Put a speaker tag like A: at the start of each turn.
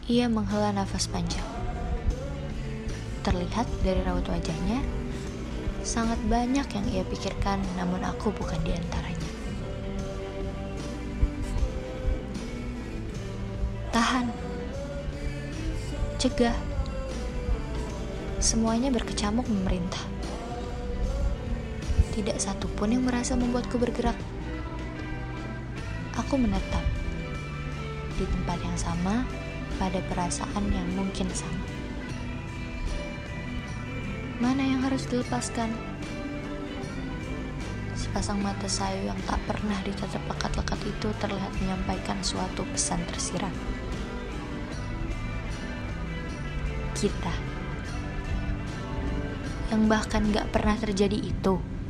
A: Ia menghela nafas panjang. Terlihat dari raut wajahnya, sangat banyak yang ia pikirkan, namun aku bukan di antaranya. Tahan. Cegah. Semuanya berkecamuk memerintah. Tidak satu pun yang merasa membuatku bergerak. Aku menetap di tempat yang sama, pada perasaan yang mungkin sama. Mana yang harus dilepaskan? Sepasang mata sayu yang tak pernah ditatap lekat-lekat itu terlihat menyampaikan suatu pesan tersirat. Kita yang bahkan gak pernah terjadi itu